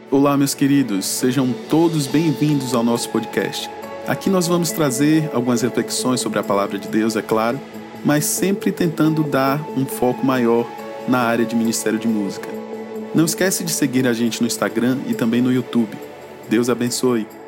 Olá, meus queridos, sejam todos bem-vindos ao nosso podcast. Aqui nós vamos trazer algumas reflexões sobre a palavra de Deus, é claro, mas sempre tentando dar um foco maior na área de ministério de música. Não esquece de seguir a gente no Instagram e também no YouTube. Deus abençoe.